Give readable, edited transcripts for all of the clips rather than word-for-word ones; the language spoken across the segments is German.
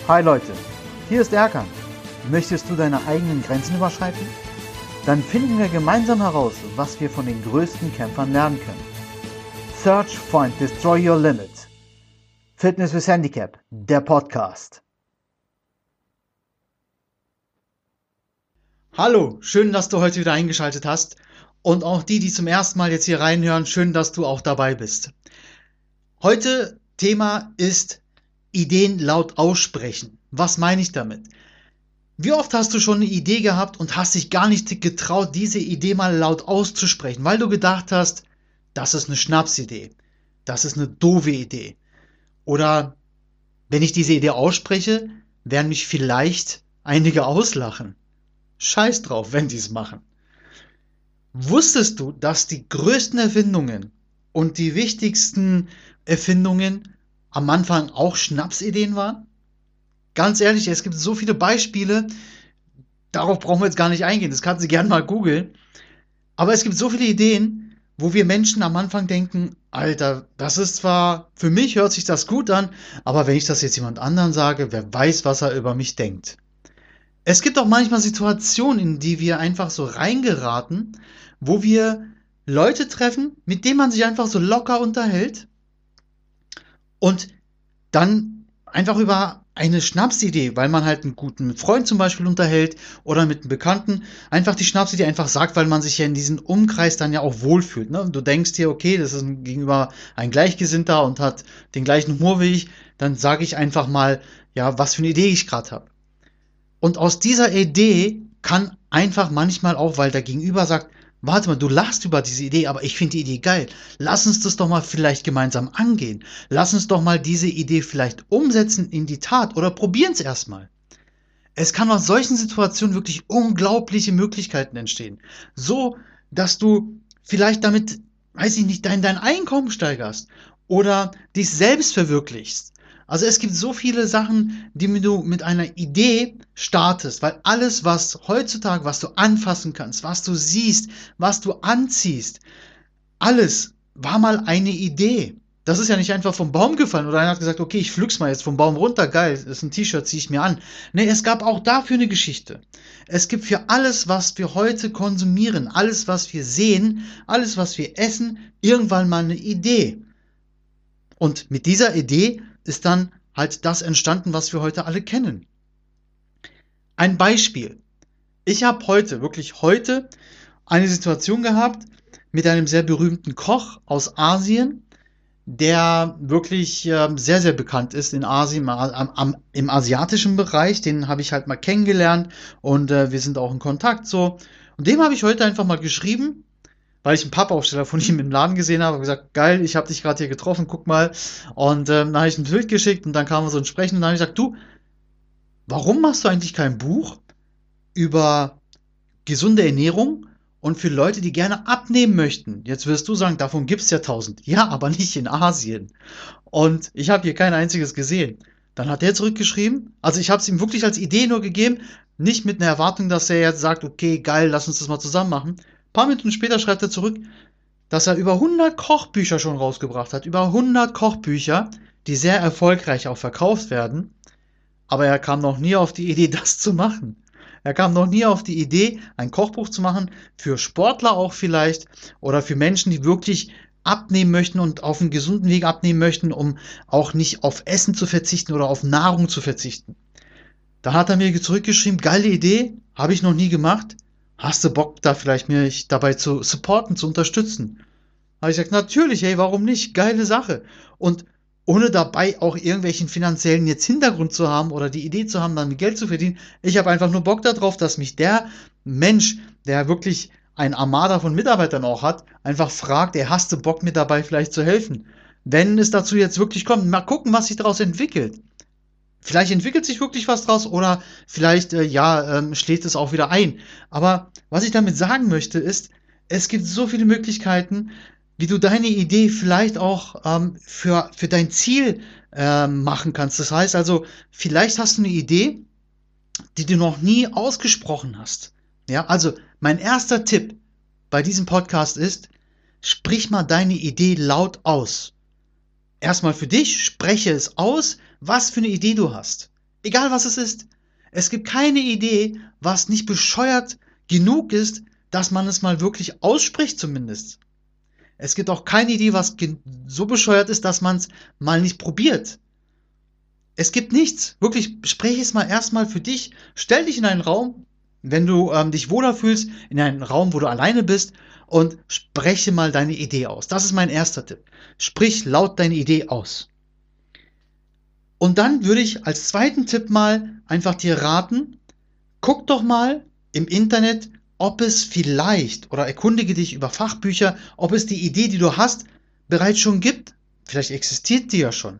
Hi Leute, hier ist Erkan. Möchtest du deine eigenen Grenzen überschreiten? Dann finden wir gemeinsam heraus, was wir von den größten Kämpfern lernen können. Search, Find, Destroy Your Limit. Fitness with Handicap, der Podcast. Hallo, schön, dass du heute wieder eingeschaltet hast. Und auch die zum ersten Mal jetzt hier reinhören, schön, dass du auch dabei bist. Heute Thema ist Ideen laut aussprechen. Was meine ich damit? Wie oft hast du schon eine Idee gehabt und hast dich gar nicht getraut, diese Idee mal laut auszusprechen, weil du gedacht hast, das ist eine Schnapsidee, das ist eine doofe Idee. Oder wenn ich diese Idee ausspreche, werden mich vielleicht einige auslachen. Scheiß drauf, wenn die es machen. Wusstest du, dass die größten Erfindungen und die wichtigsten Erfindungen am Anfang auch Schnapsideen waren? Ganz ehrlich, es gibt so viele Beispiele, darauf brauchen wir jetzt gar nicht eingehen, das kannst du gerne mal googeln. Aber es gibt so viele Ideen, wo wir Menschen am Anfang denken, Alter, das ist zwar, für mich hört sich das gut an, aber wenn ich das jetzt jemand anderen sage, wer weiß, was er über mich denkt. Es gibt auch manchmal Situationen, in die wir einfach so reingeraten, wo wir Leute treffen, mit denen man sich einfach so locker unterhält und dann einfach über eine Schnapsidee, weil man halt einen guten Freund zum Beispiel unterhält oder mit einem Bekannten, einfach die Schnapsidee einfach sagt, weil man sich ja in diesem Umkreis dann ja auch wohlfühlt. Ne? Du denkst dir, okay, das ist gegenüber ein Gleichgesinnter und hat den gleichen Humor wie ich, dann sage ich einfach mal, ja, was für eine Idee ich gerade habe. Und aus dieser Idee kann einfach manchmal auch, weil der Gegenüber sagt, warte mal, du lachst über diese Idee, aber ich finde die Idee geil. Lass uns das doch mal vielleicht gemeinsam angehen. Lass uns doch mal diese Idee vielleicht umsetzen in die Tat oder probieren es erstmal. Es kann aus solchen Situationen wirklich unglaubliche Möglichkeiten entstehen. So, dass du vielleicht damit, weiß ich nicht, dein Einkommen steigerst oder dich selbst verwirklichst. Also es gibt so viele Sachen, die du mit einer Idee startest, weil alles, was heutzutage, was du anfassen kannst, was du siehst, was du anziehst, alles war mal eine Idee. Das ist ja nicht einfach vom Baum gefallen oder einer hat gesagt, okay, ich pflück's mal jetzt vom Baum runter, geil, das ist ein T-Shirt, zieh ich mir an. Nee, es gab auch dafür eine Geschichte. Es gibt für alles, was wir heute konsumieren, alles, was wir sehen, alles, was wir essen, irgendwann mal eine Idee. Und mit dieser Idee ist dann halt das entstanden, was wir heute alle kennen. Ein Beispiel. Ich habe heute, wirklich heute, eine Situation gehabt mit einem sehr berühmten Koch aus Asien, der wirklich sehr, sehr bekannt ist in Asien, im asiatischen Bereich. Den habe ich halt mal kennengelernt und wir sind auch in Kontakt so. Und dem habe ich heute einfach mal geschrieben, weil ich einen Pappaufsteller von ihm im Laden gesehen habe und gesagt, geil, ich habe dich gerade hier getroffen, guck mal. Und dann habe ich ein Bild geschickt und dann kam wir so ein Sprechen und dann habe ich gesagt, du, warum machst du eigentlich kein Buch über gesunde Ernährung und für Leute, die gerne abnehmen möchten? Jetzt wirst du sagen, davon gibt es ja 1000. Ja, aber nicht in Asien. Und ich habe hier kein einziges gesehen. Dann hat er zurückgeschrieben, also ich habe es ihm wirklich als Idee nur gegeben, nicht mit einer Erwartung, dass er jetzt sagt, okay, geil, lass uns das mal zusammen machen. Ein paar Minuten später schreibt er zurück, dass er über 100 Kochbücher schon rausgebracht hat. Über 100 Kochbücher, die sehr erfolgreich auch verkauft werden. Aber er kam noch nie auf die Idee, das zu machen. Er kam noch nie auf die Idee, ein Kochbuch zu machen, für Sportler auch vielleicht, oder für Menschen, die wirklich abnehmen möchten und auf einen gesunden Weg abnehmen möchten, um auch nicht auf Essen zu verzichten oder auf Nahrung zu verzichten. Da hat er mir zurückgeschrieben, geile Idee, habe ich noch nie gemacht. Hast du Bock, da vielleicht mich dabei zu supporten, zu unterstützen? Habe ich gesagt, natürlich, hey, warum nicht? Geile Sache. Und ohne dabei auch irgendwelchen finanziellen jetzt Hintergrund zu haben oder die Idee zu haben, damit Geld zu verdienen. Ich habe einfach nur Bock darauf, dass mich der Mensch, der wirklich ein Armada von Mitarbeitern auch hat, einfach fragt, hast du Bock, mir dabei vielleicht zu helfen? Wenn es dazu jetzt wirklich kommt, mal gucken, was sich daraus entwickelt. Vielleicht entwickelt sich wirklich was draus oder vielleicht, schlägt es auch wieder ein. Aber was ich damit sagen möchte ist, es gibt so viele Möglichkeiten, wie du deine Idee vielleicht auch für dein Ziel machen kannst. Das heißt also, vielleicht hast du eine Idee, die du noch nie ausgesprochen hast. Ja, also mein erster Tipp bei diesem Podcast ist, sprich mal deine Idee laut aus. Erstmal für dich, spreche es aus, was für eine Idee du hast. Egal was es ist. Es gibt keine Idee, was nicht bescheuert genug ist, dass man es mal wirklich ausspricht zumindest. Es gibt auch keine Idee, was so bescheuert ist, dass man es mal nicht probiert. Es gibt nichts. Wirklich, spreche es mal erstmal für dich. Stell dich in einen Raum, wenn du dich wohler fühlst, in einen Raum, wo du alleine bist und spreche mal deine Idee aus. Das ist mein erster Tipp. Sprich laut deine Idee aus. Und dann würde ich als zweiten Tipp mal einfach dir raten, guck doch mal im Internet, ob es vielleicht, oder erkundige dich über Fachbücher, ob es die Idee, die du hast, bereits schon gibt. Vielleicht existiert die ja schon.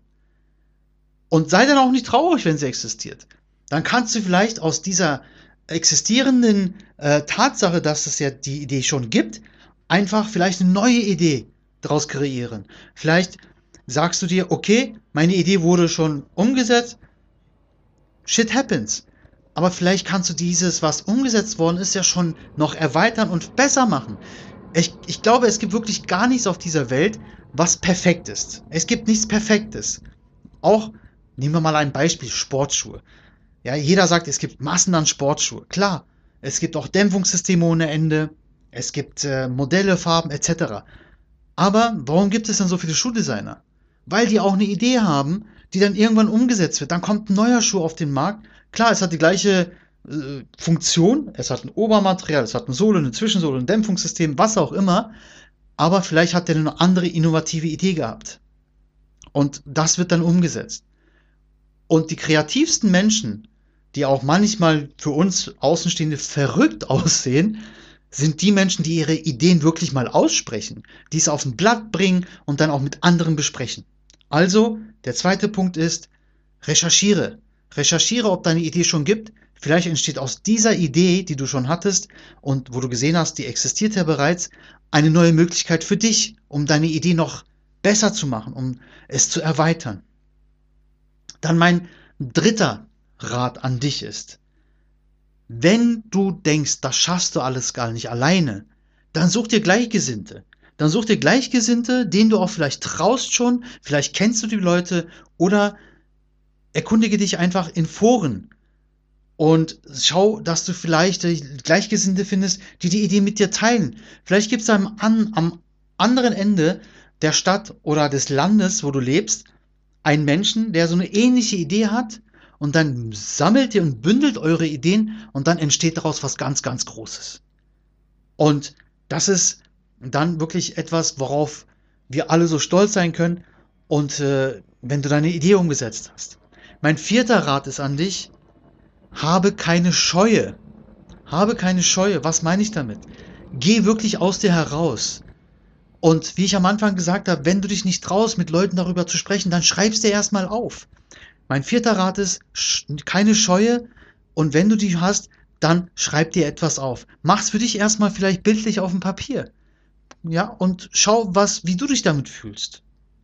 Und sei dann auch nicht traurig, wenn sie existiert. Dann kannst du vielleicht aus dieser existierenden Tatsache, dass es ja die Idee schon gibt, einfach vielleicht eine neue Idee daraus kreieren. Vielleicht sagst du dir, okay, meine Idee wurde schon umgesetzt, shit happens. Aber vielleicht kannst du dieses, was umgesetzt worden ist, ja schon noch erweitern und besser machen. Ich glaube, es gibt wirklich gar nichts auf dieser Welt, was perfekt ist. Es gibt nichts Perfektes. Auch, nehmen wir mal ein Beispiel, Sportschuhe. Ja, jeder sagt, es gibt Massen an Sportschuhe. Klar, es gibt auch Dämpfungssysteme ohne Ende, es gibt Modelle, Farben etc. Aber warum gibt es dann so viele Schuhdesigner? Weil die auch eine Idee haben, die dann irgendwann umgesetzt wird. Dann kommt ein neuer Schuh auf den Markt. Klar, es hat die gleiche Funktion, es hat ein Obermaterial, es hat eine Sohle, eine Zwischensohle, ein Dämpfungssystem, was auch immer, aber vielleicht hat der eine andere innovative Idee gehabt. Und das wird dann umgesetzt. Und die kreativsten Menschen, die auch manchmal für uns Außenstehende verrückt aussehen, sind die Menschen, die ihre Ideen wirklich mal aussprechen, die es auf ein Blatt bringen und dann auch mit anderen besprechen. Also, der zweite Punkt ist, recherchiere. Recherchiere, ob deine Idee schon gibt. Vielleicht entsteht aus dieser Idee, die du schon hattest und wo du gesehen hast, die existiert ja bereits, eine neue Möglichkeit für dich, um deine Idee noch besser zu machen, um es zu erweitern. Dann mein dritter Rat an dich ist, wenn du denkst, das schaffst du alles gar nicht alleine, dann such dir Gleichgesinnte. Dann such dir Gleichgesinnte, denen du auch vielleicht traust schon, vielleicht kennst du die Leute oder erkundige dich einfach in Foren und schau, dass du vielleicht Gleichgesinnte findest, die die Idee mit dir teilen. Vielleicht gibt es am anderen Ende der Stadt oder des Landes, wo du lebst, einen Menschen, der so eine ähnliche Idee hat und dann sammelt ihr und bündelt eure Ideen und dann entsteht daraus was ganz, ganz Großes. Und das ist dann wirklich etwas, worauf wir alle so stolz sein können und wenn du deine Idee umgesetzt hast. Mein vierter Rat ist an dich, habe keine Scheue. Habe keine Scheue. Was meine ich damit? Geh wirklich aus dir heraus. Und wie ich am Anfang gesagt habe, wenn du dich nicht traust, mit Leuten darüber zu sprechen, dann schreib's dir erstmal auf. Mein vierter Rat ist, keine Scheue. Und wenn du die hast, dann schreib dir etwas auf. Mach's für dich erstmal vielleicht bildlich auf dem Papier. Ja, und schau, wie du dich damit fühlst.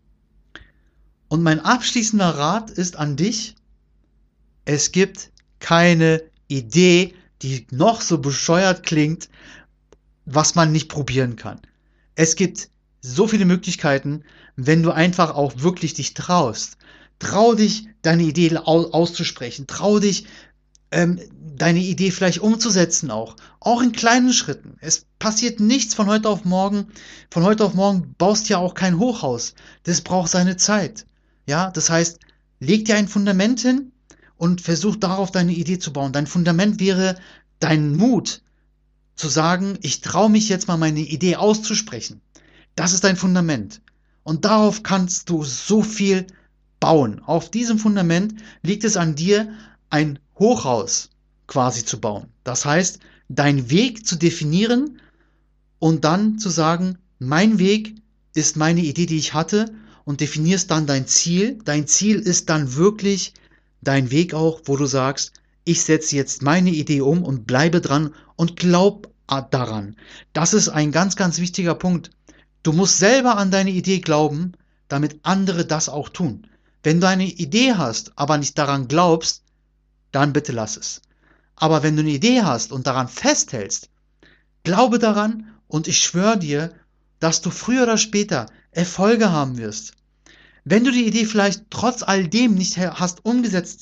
Und mein abschließender Rat ist an dich, es gibt keine Idee, die noch so bescheuert klingt, was man nicht probieren kann. Es gibt so viele Möglichkeiten, wenn du einfach auch wirklich dich traust. Trau dich, deine Idee auszusprechen. Trau dich, deine Idee vielleicht umzusetzen auch. Auch in kleinen Schritten. Es passiert nichts von heute auf morgen. Von heute auf morgen baust du ja auch kein Hochhaus. Das braucht seine Zeit. Ja, das heißt, leg dir ein Fundament hin und versuch darauf deine Idee zu bauen. Dein Fundament wäre dein Mut, zu sagen, ich traue mich jetzt mal meine Idee auszusprechen. Das ist dein Fundament. Und darauf kannst du so viel bauen. Auf diesem Fundament liegt es an dir, ein Hochhaus quasi zu bauen. Das heißt, deinen Weg zu definieren und dann zu sagen, mein Weg ist meine Idee, die ich hatte, und definierst dann dein Ziel. Dein Ziel ist dann wirklich dein Weg auch, wo du sagst, ich setze jetzt meine Idee um und bleibe dran und glaub daran. Das ist ein ganz, ganz wichtiger Punkt. Du musst selber an deine Idee glauben, damit andere das auch tun. Wenn du eine Idee hast, aber nicht daran glaubst, dann bitte lass es. Aber wenn du eine Idee hast und daran festhältst, glaube daran und ich schwöre dir, dass du früher oder später Erfolge haben wirst. Wenn du die Idee vielleicht trotz all dem nicht hast umgesetzt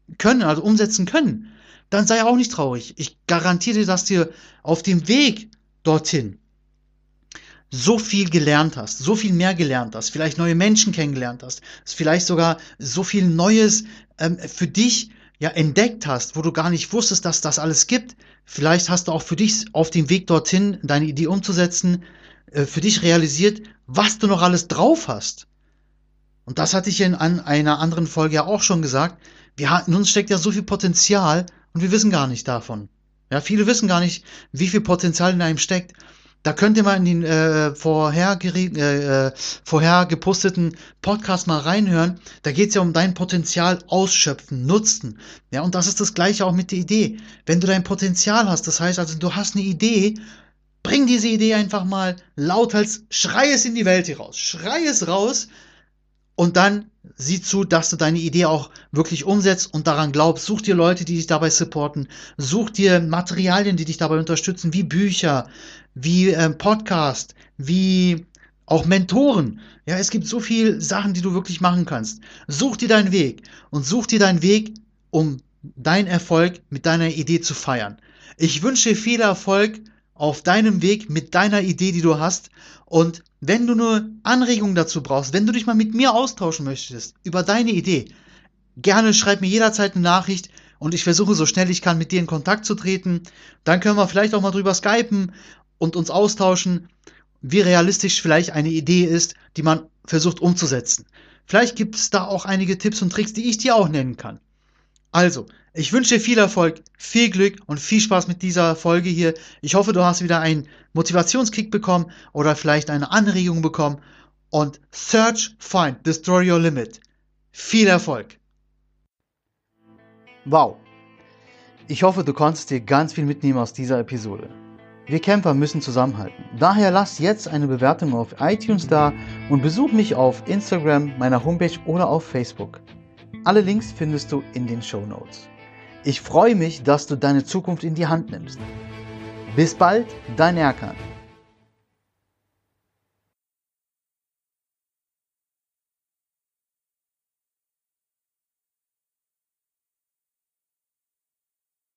können, also umsetzen können, dann sei auch nicht traurig. Ich garantiere dir, dass dir auf dem Weg dorthin so viel gelernt hast, so viel mehr gelernt hast, vielleicht neue Menschen kennengelernt hast, vielleicht sogar so viel Neues für dich ja entdeckt hast, wo du gar nicht wusstest, dass das alles gibt. Vielleicht hast du auch für dich auf dem Weg dorthin, deine Idee umzusetzen, für dich realisiert, was du noch alles drauf hast. Und das hatte ich in einer anderen Folge ja auch schon gesagt. In uns steckt ja so viel Potenzial und wir wissen gar nicht davon. Ja, viele wissen gar nicht, wie viel Potenzial in einem steckt. Da könnt ihr mal in den vorher geposteten Podcast mal reinhören. Da geht es ja um dein Potenzial ausschöpfen, nutzen. Ja, und das ist das Gleiche auch mit der Idee. Wenn du dein Potenzial hast, das heißt also, du hast eine Idee, bring diese Idee einfach mal lauthals, schrei es in die Welt hier raus. Schrei es raus und dann sieh zu, dass du deine Idee auch wirklich umsetzt und daran glaubst. Such dir Leute, die dich dabei supporten. Such dir Materialien, die dich dabei unterstützen, wie Bücher, wie Podcast, wie auch Mentoren. Ja, es gibt so viele Sachen, die du wirklich machen kannst. Such dir deinen Weg und such dir deinen Weg, um deinen Erfolg mit deiner Idee zu feiern. Ich wünsche dir viel Erfolg auf deinem Weg mit deiner Idee, die du hast. Und wenn du nur Anregungen dazu brauchst, wenn du dich mal mit mir austauschen möchtest über deine Idee, gerne schreib mir jederzeit eine Nachricht und ich versuche so schnell ich kann mit dir in Kontakt zu treten. Dann können wir vielleicht auch mal drüber skypen und uns austauschen, wie realistisch vielleicht eine Idee ist, die man versucht umzusetzen. Vielleicht gibt es da auch einige Tipps und Tricks, die ich dir auch nennen kann. Also, ich wünsche dir viel Erfolg, viel Glück und viel Spaß mit dieser Folge hier. Ich hoffe, du hast wieder einen Motivationskick bekommen oder vielleicht eine Anregung bekommen. Und Search, Find, Destroy Your Limit. Viel Erfolg! Wow! Ich hoffe, du konntest dir ganz viel mitnehmen aus dieser Episode. Wir Kämpfer müssen zusammenhalten. Daher lass jetzt eine Bewertung auf iTunes da und besuch mich auf Instagram, meiner Homepage oder auf Facebook. Alle Links findest du in den Shownotes. Ich freue mich, dass du deine Zukunft in die Hand nimmst. Bis bald, dein Erkan.